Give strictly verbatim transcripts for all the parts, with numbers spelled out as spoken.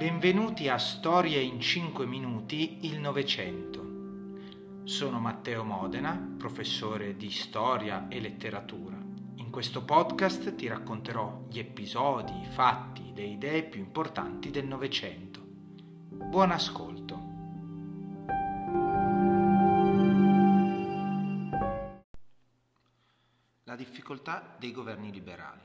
Benvenuti a Storie in cinque minuti, il Novecento. Sono Matteo Modena, professore di storia e letteratura. In questo podcast ti racconterò gli episodi, i fatti, le idee più importanti del Novecento. Buon ascolto. La difficoltà dei governi liberali.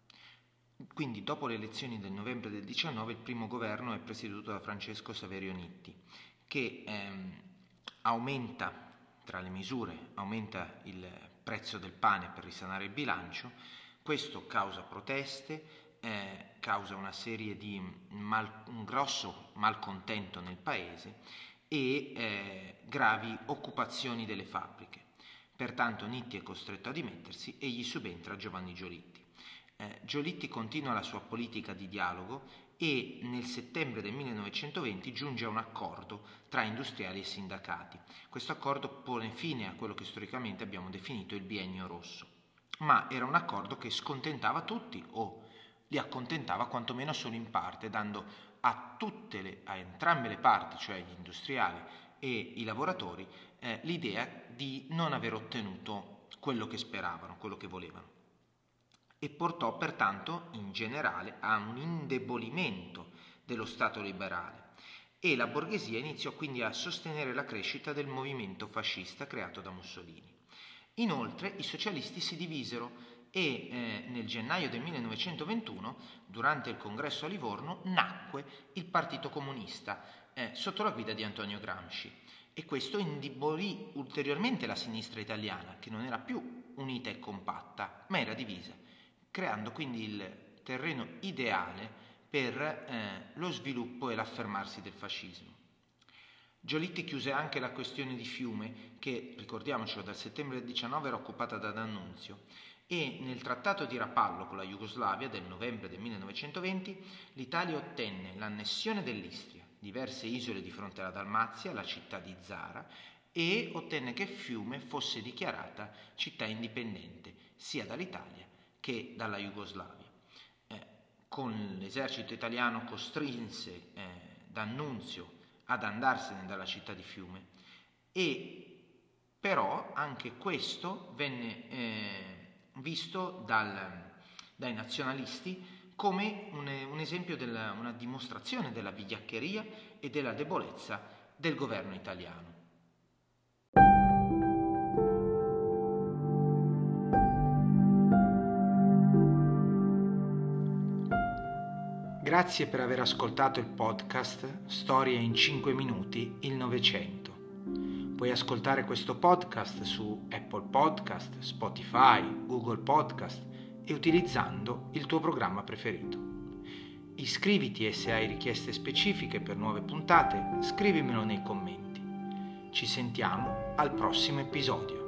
Quindi dopo le elezioni del novembre del diciannove il primo governo è presieduto da Francesco Saverio Nitti, che ehm, aumenta, tra le misure, aumenta il prezzo del pane per risanare il bilancio. Questo causa proteste, eh, causa una serie di mal, un grosso malcontento nel paese e eh, gravi occupazioni delle fabbriche. Pertanto Nitti è costretto a dimettersi e gli subentra Giovanni Giolitti. Eh, Giolitti continua la sua politica di dialogo e nel settembre del millenovecentoventi giunge a un accordo tra industriali e sindacati. Questo accordo pone fine a quello che storicamente abbiamo definito il biennio rosso, ma era un accordo che scontentava tutti o li accontentava quantomeno solo in parte, dando a tutte le, a entrambe le parti, cioè gli industriali e i lavoratori, eh, l'idea di non aver ottenuto quello che speravano, quello che volevano. E portò pertanto in generale a un indebolimento dello Stato liberale e la borghesia iniziò quindi a sostenere la crescita del movimento fascista creato da Mussolini. Inoltre i socialisti si divisero e eh, nel gennaio del millenovecentoventuno, durante il congresso a Livorno, nacque il Partito Comunista eh, sotto la guida di Antonio Gramsci e questo indebolì ulteriormente la sinistra italiana, che non era più unita e compatta, ma era divisa, creando quindi il terreno ideale per eh, lo sviluppo e l'affermarsi del fascismo. Giolitti chiuse anche la questione di Fiume, che, ricordiamocelo, dal settembre del diciannove era occupata da D'Annunzio, e nel trattato di Rapallo con la Jugoslavia del novembre del millenovecentoventi l'Italia ottenne l'annessione dell'Istria, diverse isole di fronte alla Dalmazia, la città di Zara, e ottenne che Fiume fosse dichiarata città indipendente sia dall'Italia che dalla Jugoslavia. Eh, con l'esercito italiano costrinse eh, D'Annunzio ad andarsene dalla città di Fiume e però anche questo venne eh, visto dal, dai nazionalisti come un, un esempio, della, una dimostrazione della vigliaccheria e della debolezza del governo italiano. Grazie per aver ascoltato il podcast Storie in cinque minuti, il Novecento. Puoi ascoltare questo podcast su Apple Podcast, Spotify, Google Podcast e utilizzando il tuo programma preferito. Iscriviti e se hai richieste specifiche per nuove puntate, scrivimelo nei commenti. Ci sentiamo al prossimo episodio.